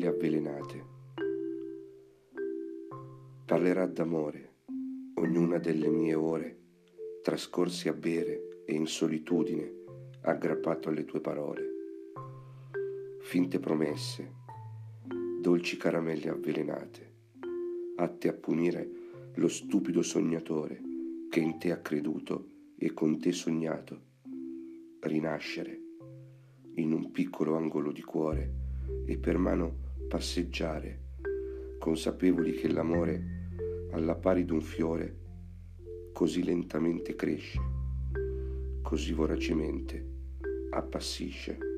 caramelle avvelenate. Parlerà d'amore ognuna delle mie ore, trascorse a bere e in solitudine, aggrappato alle tue parole. Finte promesse, dolci caramelle avvelenate, atte a punire lo stupido sognatore che in te ha creduto e con te sognato. Rinascere in un piccolo angolo di cuore e per mano passeggiare, consapevoli che l'amore, alla pari d'un fiore, così lentamente cresce, così voracemente appassisce.